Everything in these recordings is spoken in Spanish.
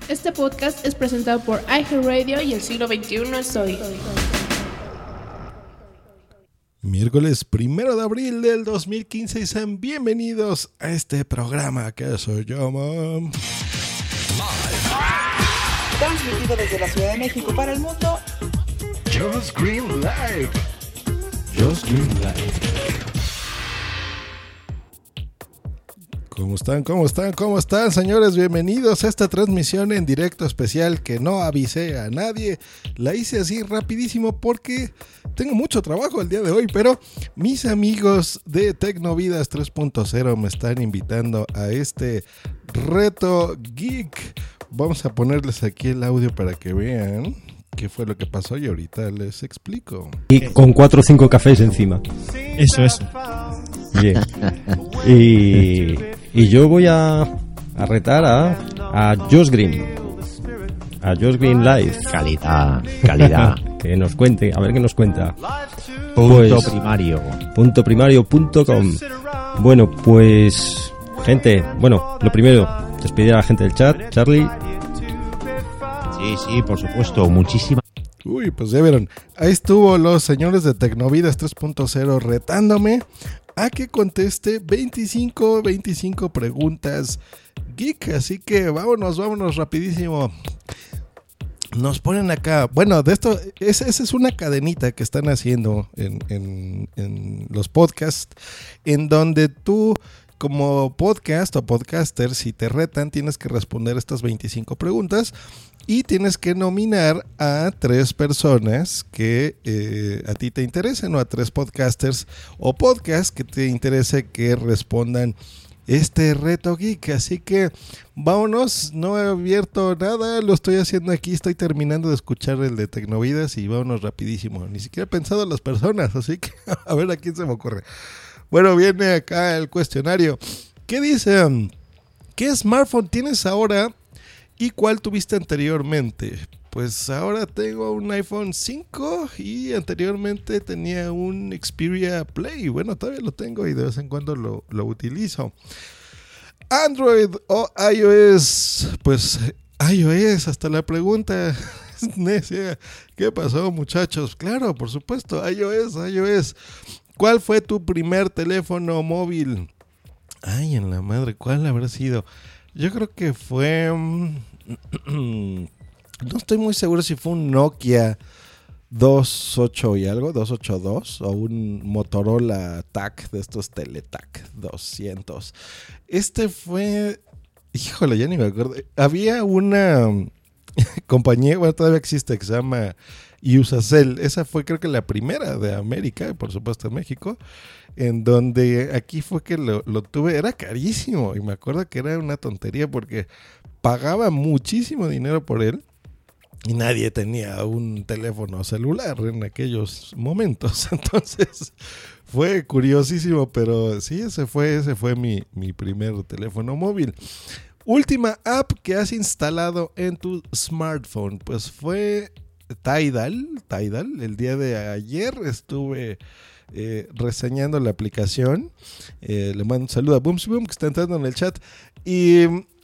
Este podcast es presentado por iHeartRadio y el siglo XXI es hoy. Miércoles 1 de abril del 2015 y sean bienvenidos a este programa que se llama Transmitido desde la Ciudad de México para el mundo. Just Green Live. Just Green Live. ¿Cómo están, señores? Bienvenidos a esta transmisión en directo especial que no avisé a nadie. La hice así rapidísimo porque tengo mucho trabajo el día de hoy, pero mis amigos de Tecnovidas 3.0 me están invitando a este reto geek. Vamos a ponerles aquí el audio para que vean qué fue lo que pasó y ahorita les explico. Y con 4 o 5 cafés encima. Eso. Bien. Y yo voy a retar a Josh Green. A Josh Green Live. Calidad. Que nos cuente, a ver qué nos cuenta. Puntoprimario.com. Bueno, pues gente, lo primero, despedir a la gente del chat. Charlie. Sí, por supuesto, muchísimas. Uy, pues ya vieron, ahí estuvo los señores de Tecnovidas 3.0 retándome a que conteste 25 preguntas geek, así que vámonos rapidísimo. Nos ponen acá, de esto, esa es una cadenita que están haciendo en los podcasts, en donde tú como podcast o podcaster, si te retan, tienes que responder estas 25 preguntas y tienes que nominar a 3 personas que a ti te interesen, o a 3 podcasters o podcasts que te interese que respondan este reto geek. Así que vámonos, no he abierto nada, lo estoy haciendo aquí, estoy terminando de escuchar el de Tecnovidas y vámonos rapidísimo. Ni siquiera he pensado en las personas, así que a ver a quién se me ocurre. Bueno, viene acá el cuestionario. ¿Qué dice? ¿Qué smartphone tienes ahora y cuál tuviste anteriormente? Pues ahora tengo un iPhone 5 y anteriormente tenía un Xperia Play. Bueno, todavía lo tengo y de vez en cuando lo utilizo. ¿Android o iOS? Pues iOS, hasta la pregunta es necia. ¿Qué pasó, muchachos? Claro, por supuesto, iOS. ¿Cuál fue tu primer teléfono móvil? Ay, en la madre, ¿cuál habrá sido? Yo creo que fue... no estoy muy seguro si fue un Nokia 28 y algo, 282, o un Motorola TAC, de estos Teletac 200. Este fue... Híjole, ya ni me acuerdo. Había una compañía, todavía existe, que se llama Usacell. Esa fue, creo que la primera de América, por supuesto en México, en donde aquí fue que lo tuve. Era carísimo y me acuerdo que era una tontería porque pagaba muchísimo dinero por él y nadie tenía un teléfono celular en aquellos momentos. Entonces fue curiosísimo, pero sí, ese fue mi primer teléfono móvil. Última app que has instalado en tu smartphone, pues fue Tidal. El día de ayer estuve reseñando la aplicación. Le mando un saludo a Boomsboom que está entrando en el chat. Y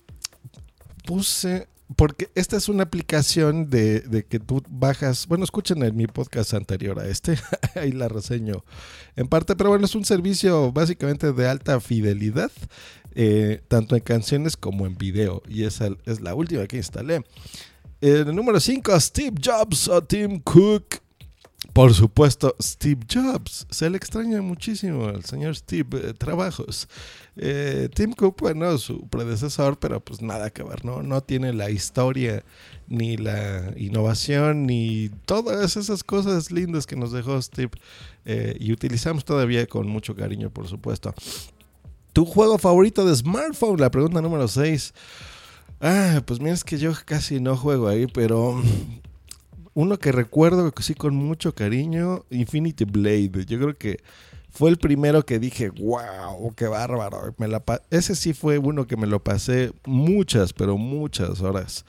puse, porque esta es una aplicación de que tú bajas. Bueno, escuchen en mi podcast anterior a este, ahí la reseño en parte, pero es un servicio básicamente de alta fidelidad, tanto en canciones como en video, y esa es la última que instalé. El número 5, Steve Jobs o Tim Cook. Por supuesto, Steve Jobs. Se le extraña muchísimo al señor Steve. Trabajos. Tim Cook, su predecesor, pero pues nada que ver, ¿no? No tiene la historia, ni la innovación, ni todas esas cosas lindas que nos dejó Steve. Y utilizamos todavía con mucho cariño, por supuesto. ¿Tu juego favorito de smartphone? La pregunta número 6. Pues mira, es que yo casi no juego ahí, pero uno que recuerdo que sí con mucho cariño, Infinity Blade. Yo creo que fue el primero que dije, wow, qué bárbaro. Ese sí fue uno que me lo pasé muchas horas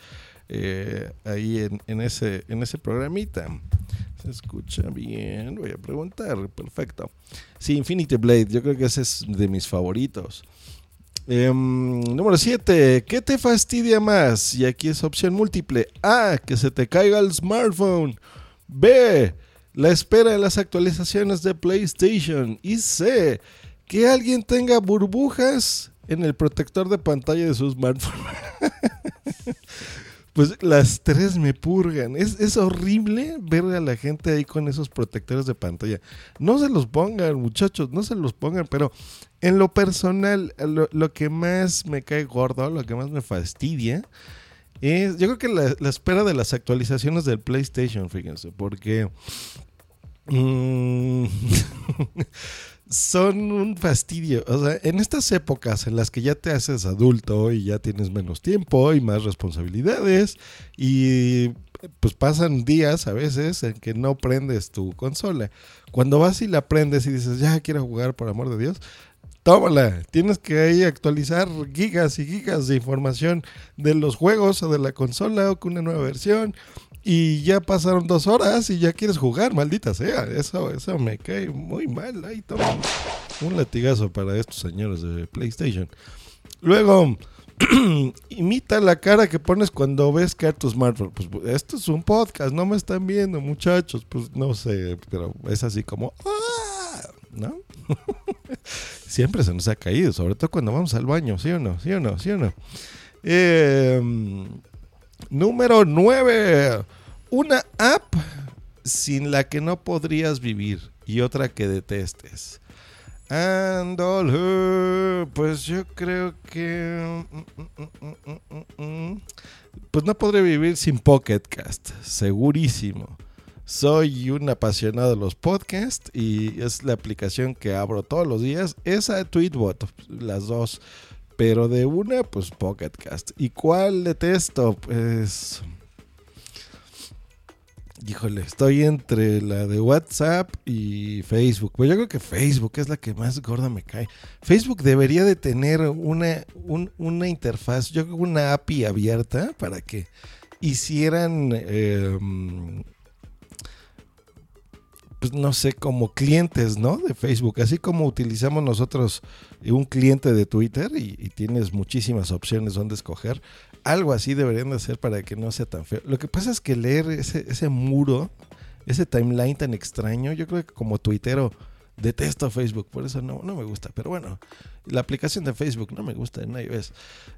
ahí en ese programita. ¿Se escucha bien? Voy a preguntar. Perfecto. Sí, Infinity Blade, yo creo que ese es de mis favoritos. Número 7. ¿Qué te fastidia más? Y aquí es opción múltiple. A. Que se te caiga el smartphone. B. La espera de las actualizaciones de PlayStation. Y C. Que alguien tenga burbujas en el protector de pantalla de su smartphone. Pues las tres me purgan. Es horrible ver a la gente ahí con esos protectores de pantalla. No se los pongan, muchachos, no se los pongan. Pero en lo personal, lo que más me cae gordo, lo que más me fastidia, es, yo creo que la espera de las actualizaciones del PlayStation, fíjense, porque son un fastidio. O sea, en estas épocas en las que ya te haces adulto y ya tienes menos tiempo y más responsabilidades y pues pasan días a veces en que no prendes tu consola. Cuando vas y la prendes y dices, ya quiero jugar, por amor de Dios, tómala, tienes que ahí actualizar gigas y gigas de información de los juegos o de la consola o con una nueva versión. Y ya pasaron 2 horas y ya quieres jugar, maldita sea. Eso me cae muy mal. Ahí toma un latigazo para estos señores de PlayStation. Luego, imita la cara que pones cuando ves caer tu smartphone. Pues esto es un podcast, no me están viendo, muchachos. Pues no sé, pero es así como... ¡ah! ¿No? Siempre se nos ha caído, sobre todo cuando vamos al baño, ¿sí o no? ¿Sí o no? ¿Sí o no? Número 9. Una app sin la que no podrías vivir y otra que detestes. Ándale, pues yo creo que... pues no podré vivir sin Pocket Cast, segurísimo. Soy un apasionado de los podcasts y es la aplicación que abro todos los días. Esa Tweetbot, las dos. Pero de una, pues Pocket Cast. ¿Y cuál detesto? Pues... híjole, estoy entre la de WhatsApp y Facebook. Pues yo creo que Facebook es la que más gorda me cae. Facebook debería de tener una interfaz, yo creo que una API abierta para que hicieran... pues no sé, como clientes, ¿no? De Facebook, así como utilizamos nosotros un cliente de Twitter y tienes muchísimas opciones donde escoger, algo así deberían de hacer para que no sea tan feo. Lo que pasa es que leer ese muro, ese timeline tan extraño, yo creo que como tuitero detesto Facebook, por eso no me gusta, pero bueno, la aplicación de Facebook no me gusta en iOS.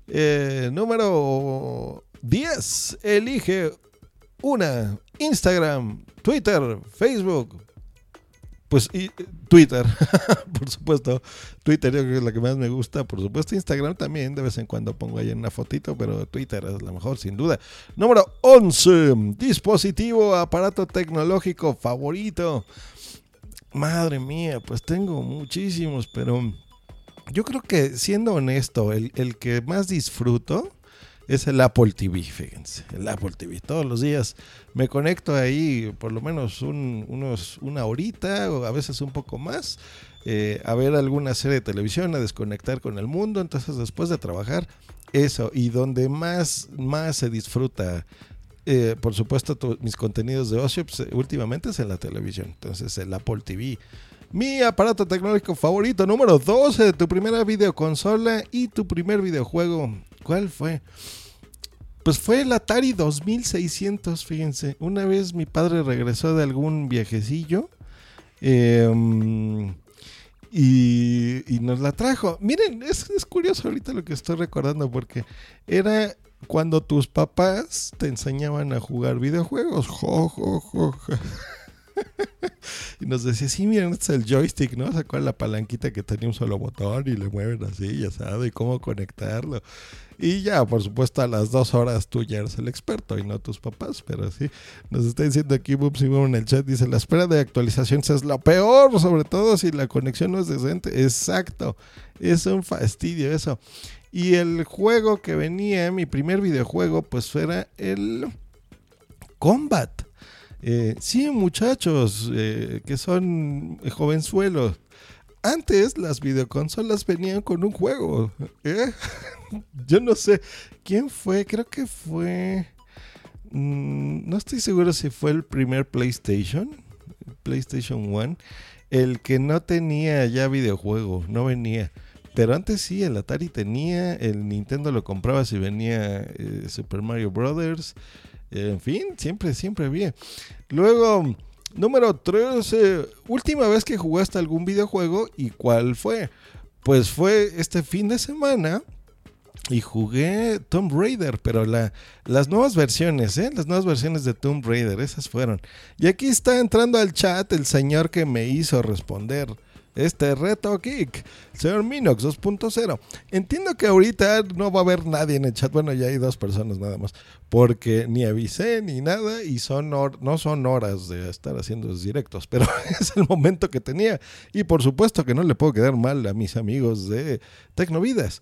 Número 10, elige una: Instagram, Twitter, Facebook. Pues y Twitter, por supuesto. Twitter yo creo que es la que más me gusta. Por supuesto Instagram también, de vez en cuando pongo ahí una fotito, pero Twitter es la mejor sin duda. Número 11, dispositivo, aparato tecnológico favorito. Madre mía, pues tengo muchísimos, pero yo creo que, siendo honesto, el que más disfruto es el Apple TV, fíjense, el Apple TV. Todos los días me conecto ahí por lo menos una horita o a veces un poco más a ver alguna serie de televisión, a desconectar con el mundo. Entonces después de trabajar, eso, y donde más se disfruta, por supuesto, mis contenidos de ocio, pues, últimamente es en la televisión. Entonces el Apple TV. Mi aparato tecnológico favorito. Número 12, tu primera videoconsola y tu primer videojuego. ¿Cuál fue? Pues fue el Atari 2600, fíjense. Una vez mi padre regresó de algún viajecillo y nos la trajo. Miren, es curioso ahorita lo que estoy recordando, porque era cuando tus papás te enseñaban a jugar videojuegos. Y nos decía, sí, miren, este es el joystick, ¿no? Sacó la palanquita que tenía un solo botón y le mueven así, ya sabes, y cómo conectarlo. Y ya, por supuesto, a las 2 horas tú ya eres el experto y no tus papás, pero sí. Nos está diciendo aquí Bubsy en el chat, dice, la espera de actualizaciones es lo peor, sobre todo si la conexión no es decente. Exacto, es un fastidio eso. Y el juego que venía, mi primer videojuego, pues era el Combat. Sí, muchachos que son jovenzuelos, antes las videoconsolas venían con un juego. Yo no sé quién fue, creo que fue, no estoy seguro si fue el primer PlayStation 1, el que no tenía ya videojuego, no venía. Pero antes sí, el Atari tenía, el Nintendo lo compraba si venía Super Mario Brothers. En fin, siempre había. Luego, número 13. Última vez que jugaste algún videojuego, ¿y cuál fue? Pues fue este fin de semana y jugué Tomb Raider, pero las nuevas versiones, las nuevas versiones de Tomb Raider, esas fueron. Y aquí está entrando al chat el señor que me hizo responder este reto geek, señor Minox 2.0. Entiendo que ahorita no va a haber nadie en el chat, bueno, ya hay 2 personas nada más, porque ni avisé ni nada y no son horas de estar haciendo los directos, pero es el momento que tenía y por supuesto que no le puedo quedar mal a mis amigos de Tecnovidas.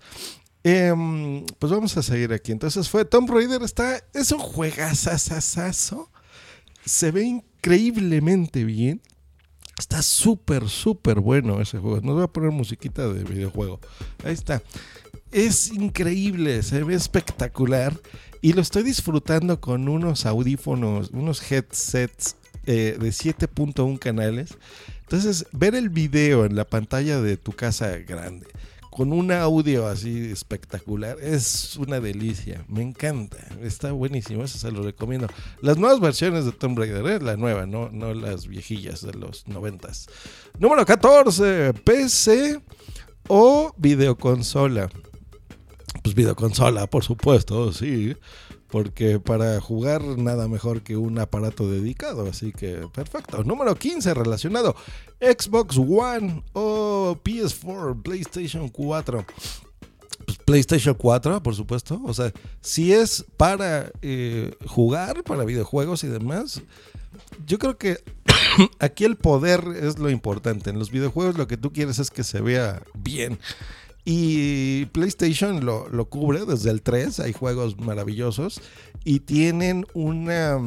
Pues vamos a seguir aquí. Entonces fue Tomb Raider, es un juegazazazazo, se ve increíblemente bien. Está súper bueno ese juego. Nos voy a poner musiquita de videojuego. Ahí está. Es increíble, se ve espectacular. Y lo estoy disfrutando con unos audífonos, unos headsets de 7.1 canales. Entonces, ver el video en la pantalla de tu casa grande, con un audio así espectacular, es una delicia, me encanta, está buenísimo, eso se lo recomiendo. Las nuevas versiones de Tomb Raider, la nueva, no las viejillas de los 90s. Número 14, PC o videoconsola. Pues videoconsola, por supuesto, sí, porque para jugar nada mejor que un aparato dedicado, así que perfecto. Número 15 relacionado, Xbox One o PS4, PlayStation 4. Pues PlayStation 4, por supuesto, o sea, si es para jugar, para videojuegos y demás, yo creo que aquí el poder es lo importante. En los videojuegos lo que tú quieres es que se vea bien. Y PlayStation lo cubre desde el 3, hay juegos maravillosos y tienen una...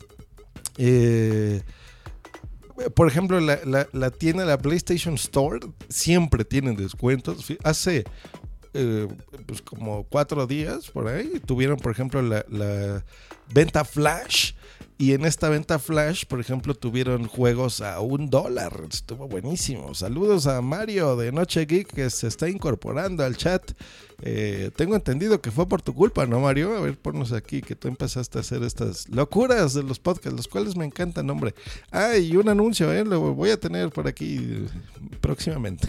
por ejemplo, la tienda, la PlayStation Store, siempre tienen descuentos. Hace pues como 4 días por ahí tuvieron, por ejemplo, la venta Flash. Y en esta venta Flash, por ejemplo, tuvieron juegos a $1. Estuvo buenísimo. Saludos a Mario de Noche Geek, que se está incorporando al chat. Tengo entendido que fue por tu culpa, ¿no, Mario? A ver, ponnos aquí, que tú empezaste a hacer estas locuras de los podcasts, los cuales me encantan, hombre. Ah, y un anuncio, lo voy a tener por aquí próximamente.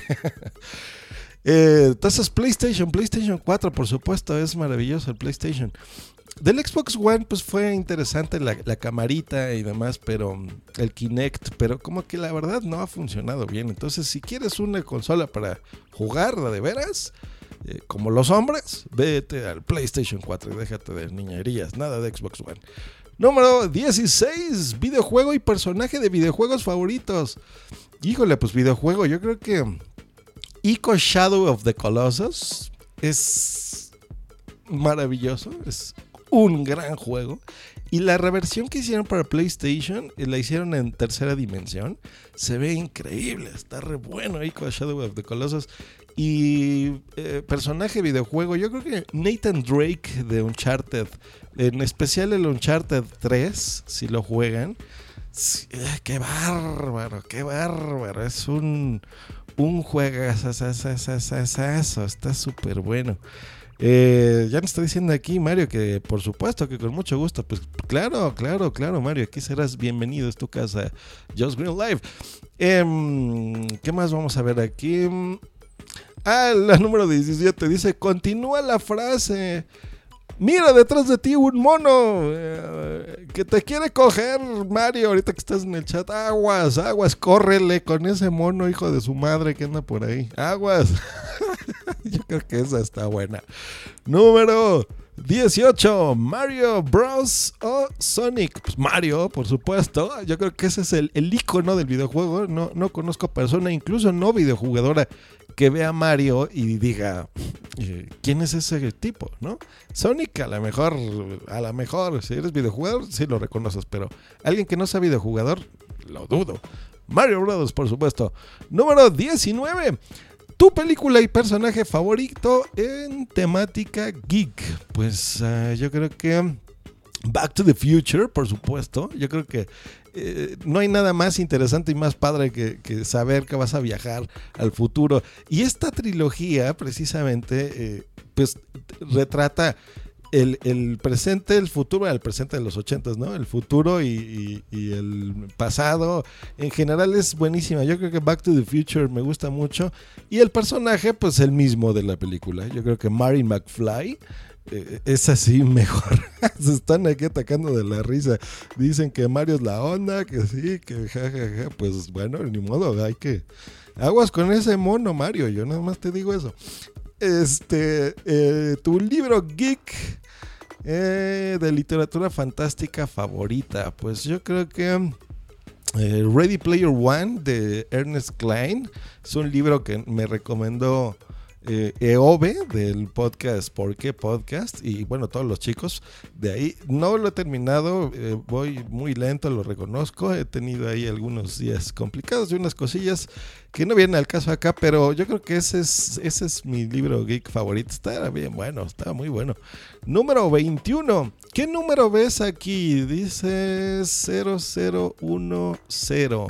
Entonces, PlayStation 4, por supuesto, es maravilloso el PlayStation. Del Xbox One, pues fue interesante la camarita y demás, pero el Kinect, pero como que la verdad no ha funcionado bien. Entonces, si quieres una consola para jugar de veras, como los hombres, vete al PlayStation 4 y déjate de niñerías, nada de Xbox One. Número 16, videojuego y personaje de videojuegos favoritos. Híjole, pues videojuego, yo creo que Ico Shadow of the Colossus es maravilloso, es un gran juego. Y la reversión que hicieron para PlayStation, la hicieron en tercera dimensión. Se ve increíble, está re bueno Ico Shadow of the Colossus. Y personaje videojuego, yo creo que Nathan Drake de Uncharted, en especial el Uncharted 3, si lo juegan. ¡Qué bárbaro! Es un juegazo, está súper bueno. Ya me está diciendo aquí Mario que por supuesto que con mucho gusto. Pues claro Mario, aquí serás bienvenido, es tu casa, Just Green Live. ¿Qué más vamos a ver aquí? La número 17 dice: continúa la frase. Mira detrás de ti un mono que te quiere coger, Mario, ahorita que estás en el chat. Aguas, córrele con ese mono hijo de su madre que anda por ahí. Aguas. Yo creo que esa está buena. Número 18, Mario Bros. O Sonic. Pues Mario, por supuesto. Yo creo que ese es el ícono del videojuego. No conozco persona, incluso no videojugadora, que vea a Mario y diga: ¿quién es ese tipo? ¿No? Sonic a lo mejor, si eres videojugador, sí lo reconoces, pero alguien que no sea videojugador, lo dudo. Mario Bros., por supuesto. Número 19. ¿Tu película y personaje favorito en temática geek? Pues yo creo que Back to the Future, por supuesto. Yo creo que no hay nada más interesante y más padre que saber que vas a viajar al futuro. Y esta trilogía precisamente pues retrata el presente, el futuro, el presente de los 80s, ¿no? El futuro y el pasado. En general es buenísima. Yo creo que Back to the Future me gusta mucho. Y el personaje, pues el mismo de la película. Yo creo que Marty McFly es así mejor. Se están aquí atacando de la risa. Dicen que Mario es la onda, que sí, que jajaja. Pues bueno, ni modo, hay que... Aguas con ese mono, Mario. Yo nada más te digo eso. Tu libro geek de literatura fantástica favorita, pues yo creo que Ready Player One de Ernest Cline es un libro que me recomendó Eove del podcast ¿Por qué Podcast? Y bueno, todos los chicos de ahí. No lo he terminado, voy muy lento, lo reconozco. He tenido ahí algunos días complicados y unas cosillas que no vienen al caso acá, pero yo creo que ese es mi libro geek favorito. Está bien bueno, está muy bueno. Número 21. ¿Qué número ves aquí? Dice 0010.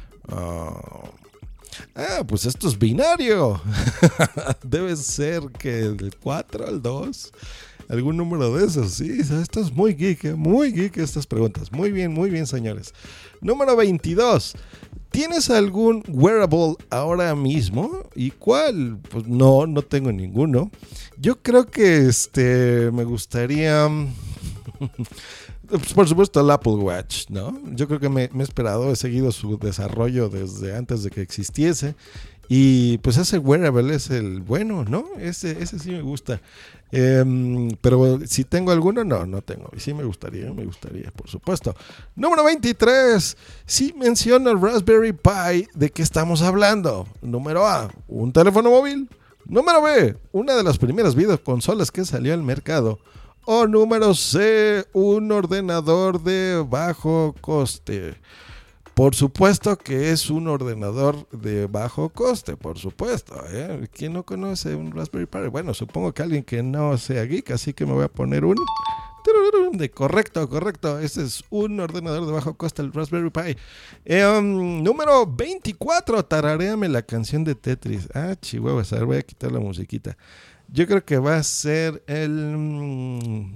Pues esto es binario. Debe ser que del 4 al 2. Algún número de esos. Sí, esto es muy geek estas preguntas. Muy bien, señores. Número 22. ¿Tienes algún wearable ahora mismo? ¿Y cuál? Pues no tengo ninguno. Yo creo que me gustaría... Pues por supuesto el Apple Watch, ¿no? Yo creo que me he esperado, he seguido su desarrollo desde antes de que existiese. Y pues ese wearable es el bueno, ¿no? Ese sí me gusta. Pero si tengo alguno, no tengo. Y sí me gustaría, por supuesto. Número 23. Si menciona el Raspberry Pi, ¿de qué estamos hablando? Número A, un teléfono móvil. Número B, una de las primeras videoconsolas que salió al mercado. O número C, un ordenador de bajo coste. Por supuesto que es un ordenador de bajo coste, por supuesto. ¿Quién no conoce un Raspberry Pi? Bueno, supongo que alguien que no sea geek, así que me voy a poner un... Correcto. Ese es un ordenador de bajo coste, el Raspberry Pi. Número 24, tararéame la canción de Tetris. Chihuahuas, a ver, voy a quitar la musiquita. Yo creo que va a ser el...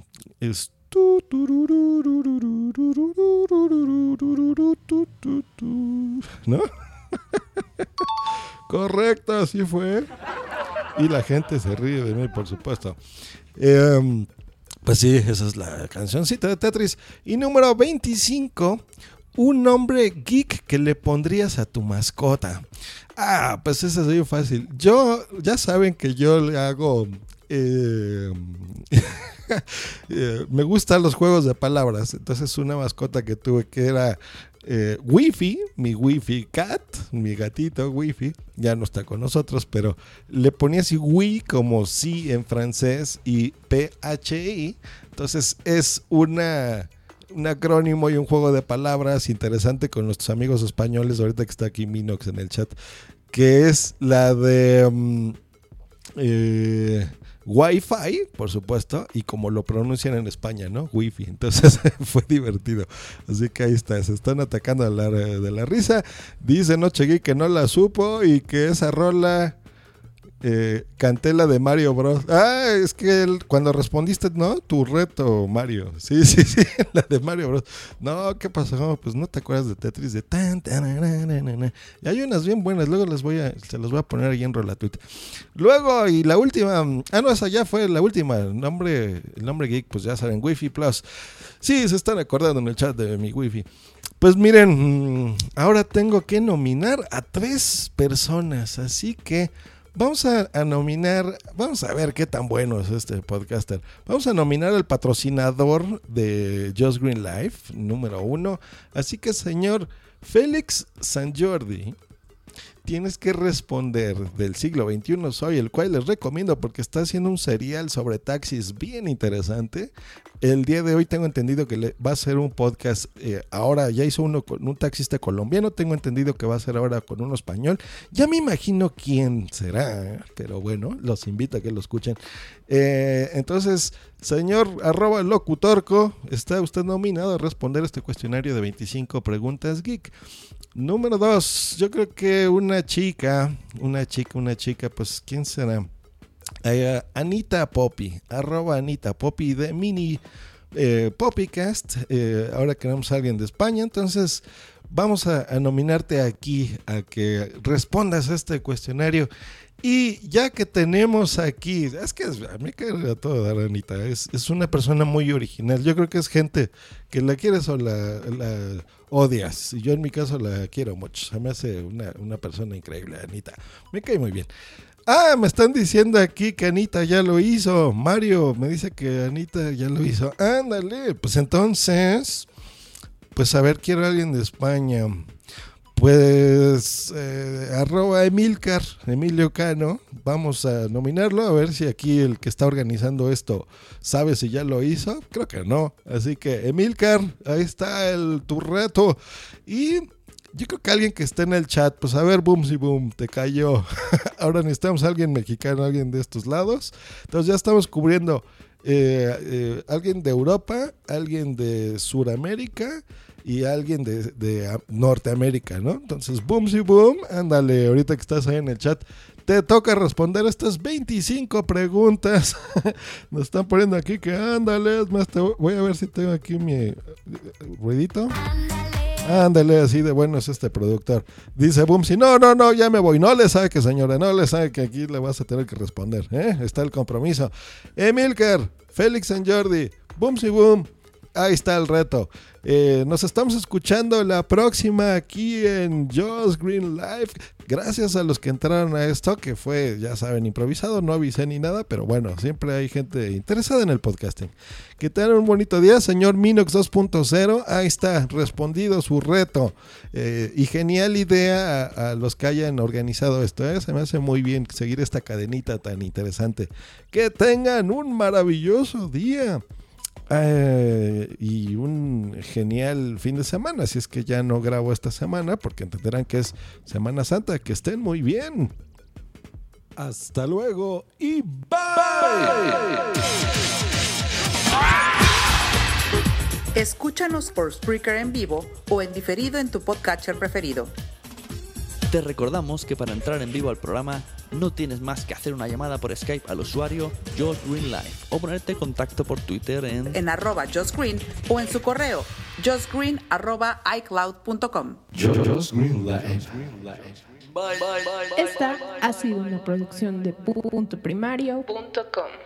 ¿No? Correcto, así fue. Y la gente se ríe de mí, por supuesto. Pues sí, esa es la cancioncita de Tetris. Y número 25, un nombre geek que le pondrías a tu mascota. Pues eso es muy fácil. Ya saben que yo le hago... me gustan los juegos de palabras. Entonces una mascota que tuve que era Wi-Fi, mi Wi-Fi cat, mi gatito Wi-Fi, ya no está con nosotros, pero le ponía así Wii como sí en francés y PHI. Entonces es un acrónimo y un juego de palabras interesante con nuestros amigos españoles, ahorita que está aquí Minox en el chat, que es la de Wi-Fi, por supuesto, y como lo pronuncian en España, ¿no? Wi-Fi. Entonces fue divertido. Así que ahí está, se están atacando de la risa. Dice Noche Geek que no la supo y que esa rola canté la de Mario Bros. Es que cuando respondiste, ¿no? Tu reto, Mario. Sí, la de Mario Bros. No, ¿qué pasó? Pues no te acuerdas de Tetris de tan. Y hay unas bien buenas, luego se las voy a poner ahí en Rolatweet. Luego, y la última, no, esa ya fue la última. El nombre geek, pues ya saben, Wi-Fi Plus. Sí, se están acordando en el chat de mi Wi-Fi. Pues miren, ahora tengo que nominar a 3 personas, así que vamos a nominar, vamos a ver qué tan bueno es este podcaster. Vamos a nominar al patrocinador de Just Green Life, número 1. Así que, señor Félix Sanjordi, tienes que responder del siglo XXI soy, el cual les recomiendo porque está haciendo un serial sobre taxis bien interesante. El día de hoy tengo entendido que va a ser un podcast, ahora ya hizo uno con un taxista colombiano, tengo entendido que va a ser ahora con uno español. Ya me imagino quién será, pero bueno, los invito a que lo escuchen. Entonces, señor @locutorco, está usted nominado a responder este cuestionario de 25 preguntas geek. Número 2, yo creo que una chica, pues ¿quién será? Anita Poppy, @Anita Poppy de Mini Poppycast. Ahora queremos a alguien de España, entonces vamos a nominarte aquí a que respondas a este cuestionario. Y ya que tenemos aquí, es que a mí cae a todo dar Anita, es una persona muy original. Yo creo que es gente que la quieres o la odias. Y yo en mi caso la quiero mucho. Se me hace una persona increíble, Anita. Me cae muy bien. Me están diciendo aquí que Anita ya lo hizo. Mario me dice que Anita ya lo hizo. Ándale, pues entonces, pues a ver, quiero a alguien de España. Pues @Emilcar, Emilio Cano, vamos a nominarlo a ver si aquí el que está organizando esto sabe si ya lo hizo. Creo que no, así que Emilcar, ahí está tu reto. Y yo creo que alguien que esté en el chat, pues a ver, boom, si boom, te cayó. Ahora necesitamos a alguien mexicano, alguien de estos lados. Entonces ya estamos cubriendo alguien de Europa, alguien de Suramérica y alguien de Norteamérica, ¿no? Entonces, boom, si boom, ándale, ahorita que estás ahí en el chat, te toca responder estas 25 preguntas. Nos están poniendo aquí que ándale, es más, voy a ver si tengo aquí mi ruidito. Ándale, así de bueno es este productor. Dice boom, si no, ya me voy. No le saque, señora, no le saque, aquí le vas a tener que responder, ¿eh? Está el compromiso. Emilcar, Félix and Jordi, boom, si boom. Ahí está el reto. Nos estamos escuchando la próxima aquí en Just Green Live. Gracias a los que entraron a esto, que fue, ya saben, improvisado, no avisé ni nada, pero bueno, siempre hay gente interesada en el podcasting. Que tengan un bonito día, señor Minox 2.0. Ahí está, respondido su reto. Y genial idea a los que hayan organizado esto, ¿eh? Se me hace muy bien seguir esta cadenita tan interesante. Que tengan un maravilloso día. Y un genial fin de semana, si es que ya no grabo esta semana, porque entenderán que es Semana Santa. Que estén muy bien. Hasta luego y bye. Escúchanos por Spreaker en vivo o en diferido en tu podcatcher preferido. Te recordamos que para entrar en vivo al programa no tienes más que hacer una llamada por Skype al usuario Just Green Live o ponerte en contacto por Twitter en @JustGreen o en su correo justgreen@icloud.com. Just Green Live. Esta ha sido una producción de puntoprimario.com.